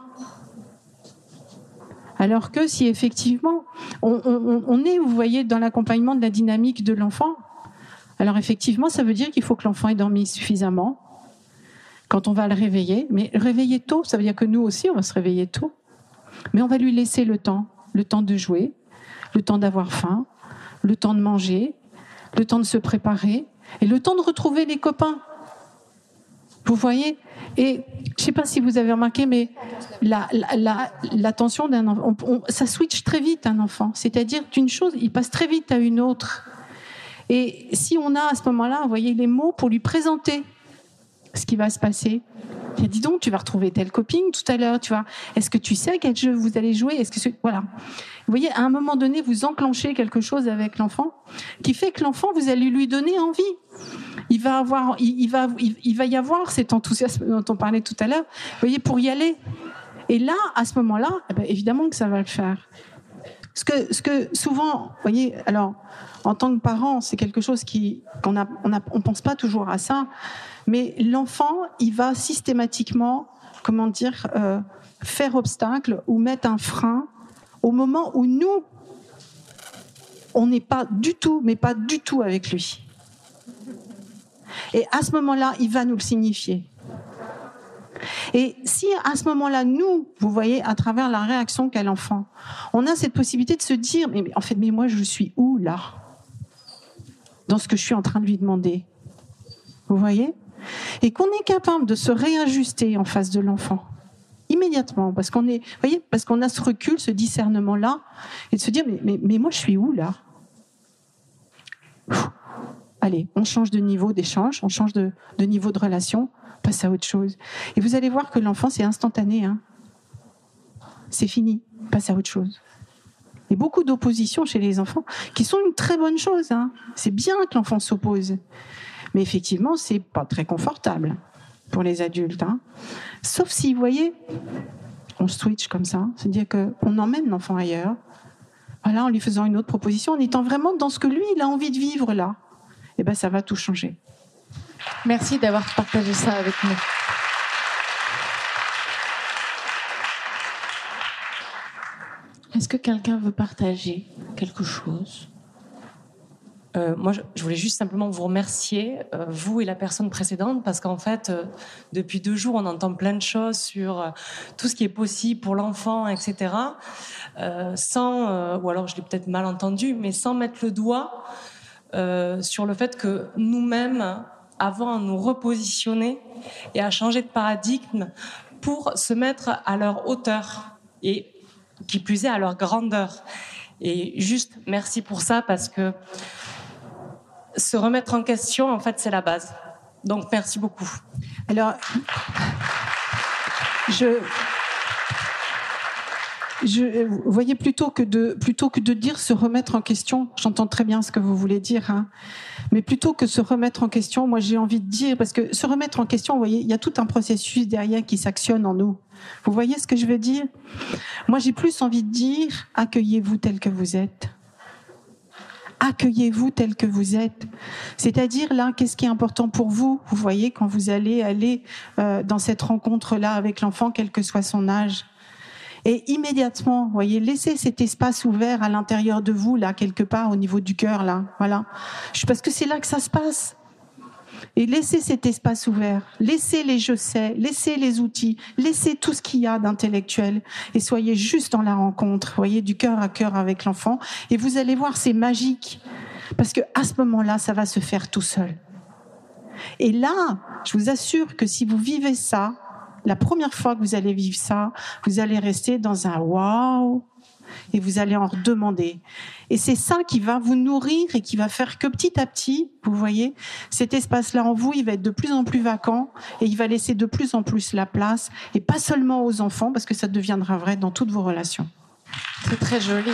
Alors que si effectivement, on est, vous voyez, dans l'accompagnement de la dynamique de l'enfant, alors effectivement, ça veut dire qu'il faut que l'enfant ait dormi suffisamment quand on va le réveiller. Mais réveiller tôt, ça veut dire que nous aussi, on va se réveiller tôt. Mais on va lui laisser le temps de jouer, le temps d'avoir faim, le temps de manger, le temps de se préparer et le temps de retrouver les copains. Vous voyez? Et je ne sais pas si vous avez remarqué, mais l'attention d'un enfant, ça switch très vite un enfant. C'est-à-dire d'une chose, il passe très vite à une autre. Et si on a à ce moment-là, vous voyez, les mots pour lui présenter ce qui va se passer. Dis donc, tu vas retrouver telle copine tout à l'heure, tu vois. Est-ce que tu sais à quel jeu vous allez jouer? Voilà. Vous voyez, à un moment donné, vous enclenchez quelque chose avec l'enfant qui fait que l'enfant, vous allez lui donner envie. Il va y avoir cet enthousiasme dont on parlait tout à l'heure, vous voyez, pour y aller. Et là, à ce moment-là, évidemment que ça va le faire. Ce que souvent, vous voyez, alors en tant que parent, c'est quelque chose on pense pas toujours à ça, mais l'enfant, il va systématiquement, faire obstacle ou mettre un frein au moment où nous, on n'est pas du tout, mais pas du tout avec lui. Et à ce moment-là, il va nous le signifier. Et si à ce moment-là, nous, vous voyez, à travers la réaction qu'a l'enfant, on a cette possibilité de se dire, mais moi, je suis où, là, dans ce que je suis en train de lui demander? Vous voyez? Et qu'on est capable de se réajuster en face de l'enfant, immédiatement, parce qu'on a ce recul, ce discernement-là, et de se dire, mais moi, je suis où, là? Allez, on change de niveau d'échange, on change de niveau de relation, passe à autre chose. Et vous allez voir que l'enfant, c'est instantané. Hein. C'est fini, passe à autre chose. Et beaucoup d'opposition chez les enfants, qui sont une très bonne chose. Hein. C'est bien que l'enfant s'oppose. Mais effectivement, c'est pas très confortable pour les adultes. Hein. Sauf si, vous voyez, on switch comme ça, c'est-à-dire qu'on emmène l'enfant ailleurs, voilà, en lui faisant une autre proposition, en étant vraiment dans ce que lui, il a envie de vivre là. Et bien, ça va tout changer.
Merci d'avoir partagé ça avec nous. Est-ce que quelqu'un veut partager quelque chose ?
Moi, je voulais juste simplement vous remercier, vous et la personne précédente, parce qu'en fait, depuis 2 jours, on entend plein de choses sur tout ce qui est possible pour l'enfant, etc. Ou alors je l'ai peut-être mal entendu, mais sans mettre le doigt sur le fait que nous-mêmes avons à nous repositionner et à changer de paradigme pour se mettre à leur hauteur et qui plus est à leur grandeur. Et juste merci pour ça, parce que se remettre en question, en fait, c'est la base. Donc, merci beaucoup.
Alors, vous voyez, plutôt que de dire se remettre en question, j'entends très bien ce que vous voulez dire, hein, mais plutôt que se remettre en question, moi j'ai envie de dire, parce que se remettre en question, vous voyez, il y a tout un processus derrière qui s'actionne en nous. Vous voyez ce que je veux dire ? Moi j'ai plus envie de dire, accueillez-vous tel que vous êtes. Accueillez-vous tel que vous êtes. C'est-à-dire, là, qu'est-ce qui est important pour vous ? Vous voyez, quand vous allez aller dans cette rencontre-là avec l'enfant, quel que soit son âge. Et immédiatement, vous voyez, laissez cet espace ouvert à l'intérieur de vous, là, quelque part, au niveau du cœur, là. Voilà. Parce que c'est là que ça se passe. Et laissez cet espace ouvert. Laissez les je sais, laissez les outils, laissez tout ce qu'il y a d'intellectuel. Et soyez juste dans la rencontre, vous voyez, du cœur à cœur avec l'enfant. Et vous allez voir, c'est magique. Parce qu'à ce moment-là, ça va se faire tout seul. Et là, je vous assure que si vous vivez ça, la première fois que vous allez vivre ça, vous allez rester dans un waouh et vous allez en redemander. Et c'est ça qui va vous nourrir et qui va faire que petit à petit, vous voyez, cet espace-là en vous, il va être de plus en plus vacant et il va laisser de plus en plus la place, et pas seulement aux enfants, parce que ça deviendra vrai dans toutes vos relations.
C'est très joli.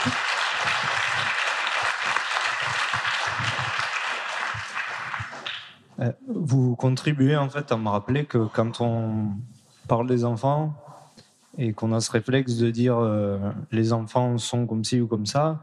Vous contribuez en fait à me rappeler que quand on parle des enfants et qu'on a ce réflexe de dire les enfants sont comme ci ou comme ça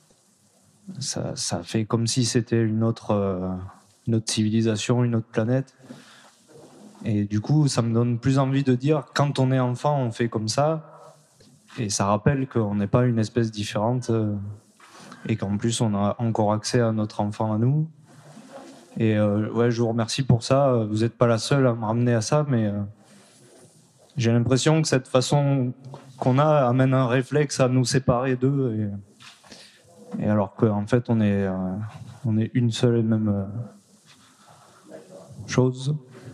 fait comme si c'était une autre civilisation, une autre planète. Et du coup, ça me donne plus envie de dire quand on est enfant, on fait comme ça. Et ça rappelle qu'on n'est pas une espèce différente et qu'en plus, on a encore accès à notre enfant à nous. Et ouais, je vous remercie pour ça. Vous n'êtes pas la seule à me ramener à ça, mais j'ai l'impression que cette façon qu'on a amène un réflexe à nous séparer d'eux. Et alors qu'en fait, on est une seule et même chose.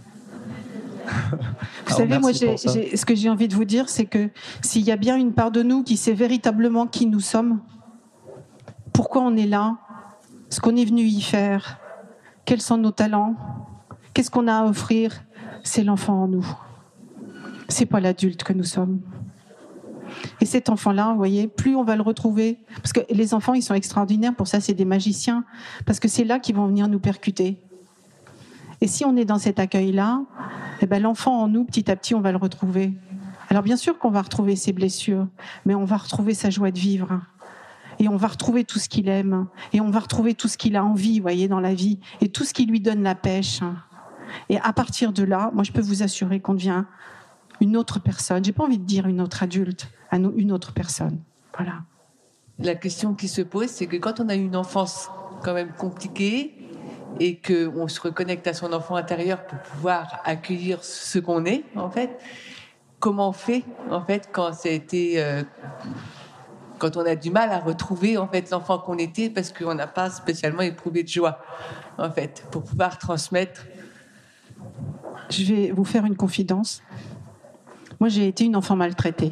Vous savez, moi, ce que j'ai envie de vous dire, c'est que s'il y a bien une part de nous qui sait véritablement qui nous sommes, pourquoi on est là, ce qu'on est venu y faire, quels sont nos talents, qu'est-ce qu'on a à offrir, c'est l'enfant en nous. C'est pas l'adulte que nous sommes. Et cet enfant-là, vous voyez, plus on va le retrouver, parce que les enfants, ils sont extraordinaires, pour ça, c'est des magiciens, parce que c'est là qu'ils vont venir nous percuter. Et si on est dans cet accueil-là, eh ben, l'enfant en nous, petit à petit, on va le retrouver. Alors bien sûr qu'on va retrouver ses blessures, mais on va retrouver sa joie de vivre. Et on va retrouver tout ce qu'il aime. Et on va retrouver tout ce qu'il a envie, vous voyez, dans la vie. Et tout ce qui lui donne la pêche. Et à partir de là, moi, je peux vous assurer qu'on devient une autre personne. J'ai pas envie de dire une autre adulte, une autre personne. Voilà.
La question qui se pose, c'est que quand on a une enfance quand même compliquée et qu'on se reconnecte à son enfant intérieur pour pouvoir accueillir ce qu'on est, en fait, comment on fait, en fait, quand ça a été... quand on a du mal à retrouver en fait l'enfant qu'on était parce qu'on n'a pas spécialement éprouvé de joie, en fait, pour pouvoir transmettre.
Je vais vous faire une confidence. Moi, j'ai été une enfant maltraitée.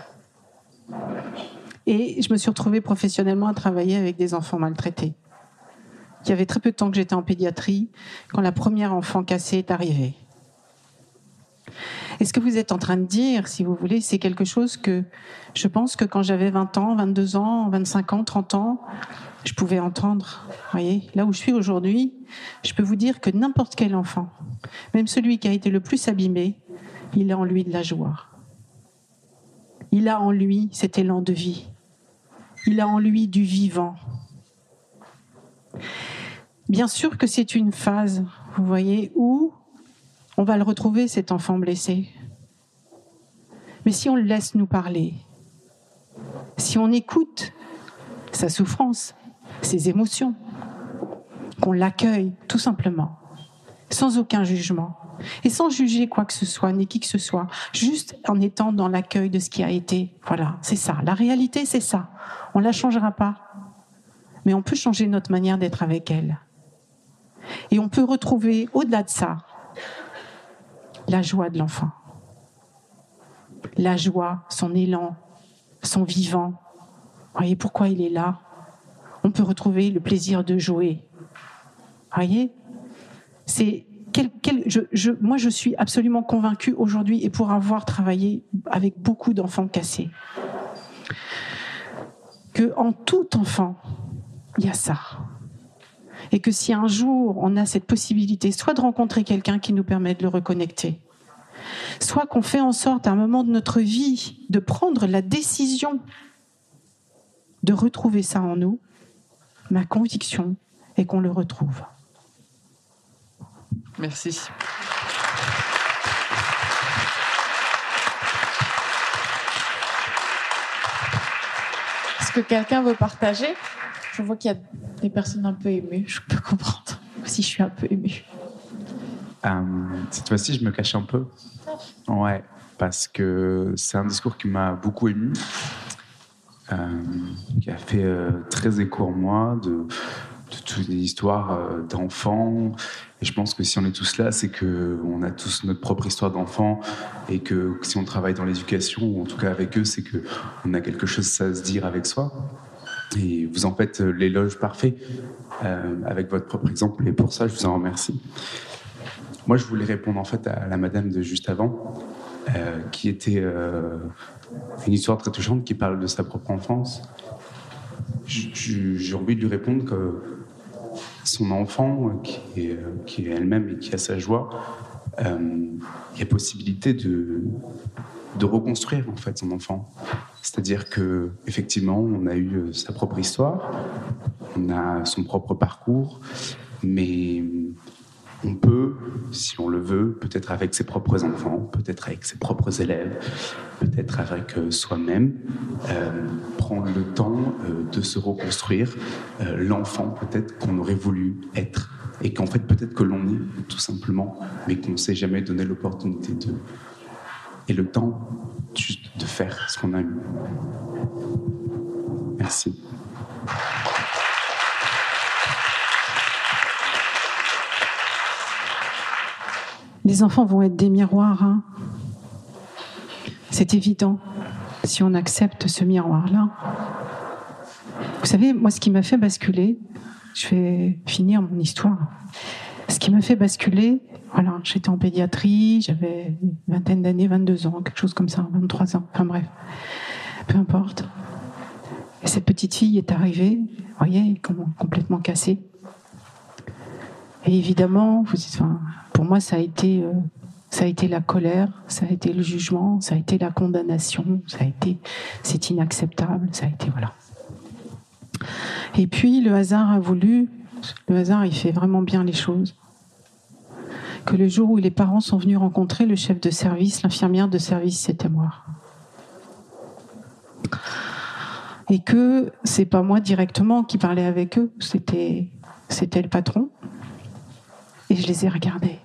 Et je me suis retrouvée professionnellement à travailler avec des enfants maltraités. Il y avait très peu de temps que j'étais en pédiatrie quand la première enfant cassée est arrivée. Et ce que vous êtes en train de dire, si vous voulez, c'est quelque chose que je pense que quand j'avais 20 ans, 22 ans, 25 ans, 30 ans, je pouvais entendre. Vous voyez, là où je suis aujourd'hui, je peux vous dire que n'importe quel enfant, même celui qui a été le plus abîmé, il a en lui de la joie. Il a en lui cet élan de vie. Il a en lui du vivant. Bien sûr que c'est une phase, vous voyez, où on va le retrouver, cet enfant blessé. Mais si on le laisse nous parler, si on écoute sa souffrance, ses émotions, qu'on l'accueille tout simplement, sans aucun jugement, et sans juger quoi que ce soit, ni qui que ce soit, juste en étant dans l'accueil de ce qui a été. Voilà, c'est ça. La réalité, c'est ça. On ne la changera pas. Mais on peut changer notre manière d'être avec elle. Et on peut retrouver, au-delà de ça, la joie de l'enfant. La joie, son élan, son vivant. Vous voyez pourquoi il est là? On peut retrouver le plaisir de jouer. Vous voyez? C'est... moi, je suis absolument convaincue aujourd'hui, et pour avoir travaillé avec beaucoup d'enfants cassés, qu'en tout enfant, il y a ça. Et que si un jour, on a cette possibilité, soit de rencontrer quelqu'un qui nous permet de le reconnecter, soit qu'on fait en sorte, à un moment de notre vie, de prendre la décision de retrouver ça en nous, ma conviction est qu'on le retrouve.
Merci.
Est-ce que quelqu'un veut partager? Je vois qu'il y a des personnes un peu émues. Je peux comprendre. Moi aussi, je suis un peu émue.
Cette fois-ci, je me cache un peu. Ouais, parce que c'est un discours qui m'a beaucoup ému, qui a fait très écho en moi de toutes les histoires d'enfants. Et je pense que si on est tous là, c'est qu'on a tous notre propre histoire d'enfant, et que si on travaille dans l'éducation, ou en tout cas avec eux, c'est qu'on a quelque chose à se dire avec soi. Et vous en faites l'éloge parfait avec votre propre exemple, et pour ça, je vous en remercie. Moi, je voulais répondre en fait à la madame de juste avant, qui était une histoire très touchante, qui parle de sa propre enfance. J'ai envie de lui répondre que son enfant, qui est elle-même et qui a sa joie, il y a possibilité de reconstruire en fait son enfant. C'est-à-dire que effectivement, on a eu sa propre histoire, on a son propre parcours, mais on peut, si on le veut, peut-être avec ses propres enfants, peut-être avec ses propres élèves, peut-être avec soi-même, prendre le temps de se reconstruire l'enfant peut-être qu'on aurait voulu être, et qu'en fait peut-être que l'on est tout simplement, mais qu'on ne s'est jamais donné l'opportunité de, et le temps juste de faire ce qu'on a eu. Merci.
Les enfants vont être des miroirs, hein. C'est évident, si on accepte ce miroir-là. Vous savez, moi, ce qui m'a fait basculer, je vais finir mon histoire. Ce qui m'a fait basculer, voilà, j'étais en pédiatrie, j'avais une vingtaine d'années, 22 ans, quelque chose comme ça, 23 ans, enfin bref, peu importe. Et cette petite fille est arrivée, vous voyez, complètement cassée. Et évidemment, pour moi, ça a été la colère, ça a été le jugement, ça a été la condamnation, c'est inacceptable, ça a été, voilà. Et puis le hasard il fait vraiment bien les choses. Que le jour où les parents sont venus rencontrer le chef de service, l'infirmière de service, c'était moi. Et que c'est pas moi directement qui parlais avec eux, c'était le patron. Et je les ai regardés.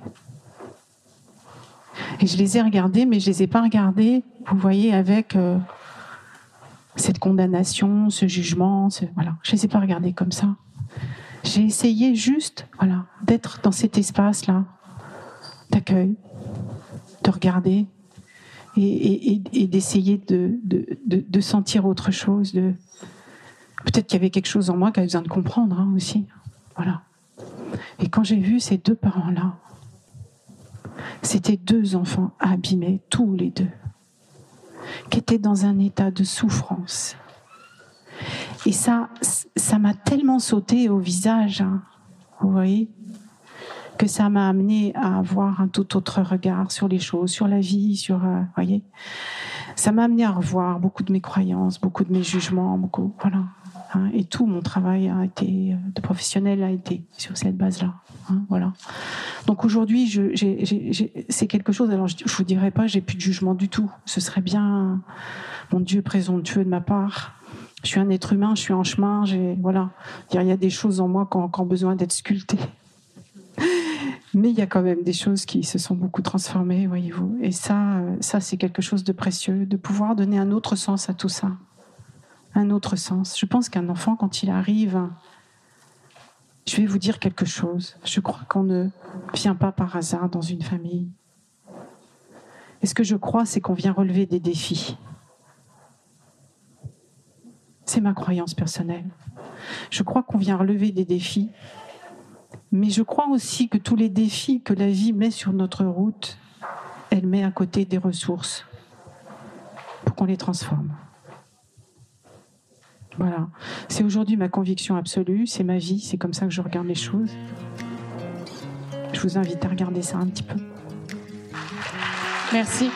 Et je les ai regardés, mais je les ai pas regardés, vous voyez, avec cette condamnation, ce jugement, voilà. Je les ai pas regardés comme ça. J'ai essayé juste, voilà, d'être dans cet espace-là, d'accueil, de regarder et d'essayer de sentir autre chose. Peut-être qu'il y avait quelque chose en moi qui avait besoin de comprendre aussi. Voilà. Et quand j'ai vu ces deux parents-là, c'était deux enfants abîmés, tous les deux, qui étaient dans un état de souffrance. Et ça m'a tellement sauté au visage, vous voyez, que ça m'a amené à avoir un tout autre regard sur les choses, sur la vie, voyez. Ça m'a amené à revoir beaucoup de mes croyances, beaucoup de mes jugements, voilà. Et tout mon travail de professionnel a été sur cette base-là. Voilà. Donc aujourd'hui, c'est quelque chose. Alors je vous dirais pas, j'ai plus de jugement du tout. Ce serait bien, mon Dieu, présomptueux de ma part. Je suis un être humain, je suis en chemin. Voilà. Il y a des choses en moi qui ont besoin d'être sculptées. Mais il y a quand même des choses qui se sont beaucoup transformées, voyez-vous. Et ça, c'est quelque chose de précieux, de pouvoir donner un autre sens à tout ça. Un autre sens. Je pense qu'un enfant, quand il arrive, je vais vous dire quelque chose. Je crois qu'on ne vient pas par hasard dans une famille. Et ce que je crois, c'est qu'on vient relever des défis. C'est ma croyance personnelle. Je crois qu'on vient relever des défis. Mais je crois aussi que tous les défis que la vie met sur notre route, elle met à côté des ressources pour qu'on les transforme. Voilà. C'est aujourd'hui ma conviction absolue, c'est ma vie, c'est comme ça que je regarde les choses. Je vous invite à regarder ça un petit peu.
Merci.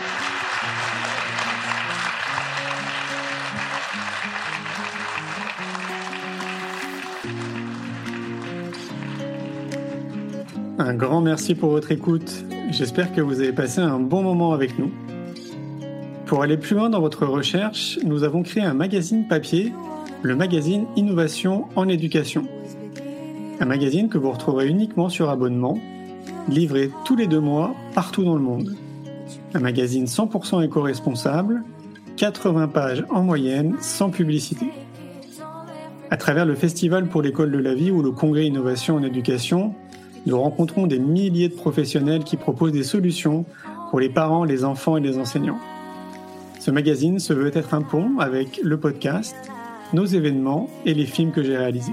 Un grand merci pour votre écoute. J'espère que vous avez passé un bon moment avec nous. Pour aller plus loin dans votre recherche, nous avons créé un magazine papier, le magazine Innovation en éducation. Un magazine que vous retrouverez uniquement sur abonnement, livré tous les 2 mois partout dans le monde. Un magazine 100% éco-responsable, 80 pages en moyenne, sans publicité. À travers le Festival pour l'école de la vie ou le Congrès Innovation en éducation, nous rencontrons des milliers de professionnels qui proposent des solutions pour les parents, les enfants et les enseignants. Ce magazine se veut être un pont avec le podcast, nos événements et les films que j'ai réalisés.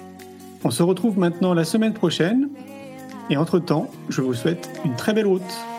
On se retrouve maintenant la semaine prochaine et entre-temps, je vous souhaite une très belle route.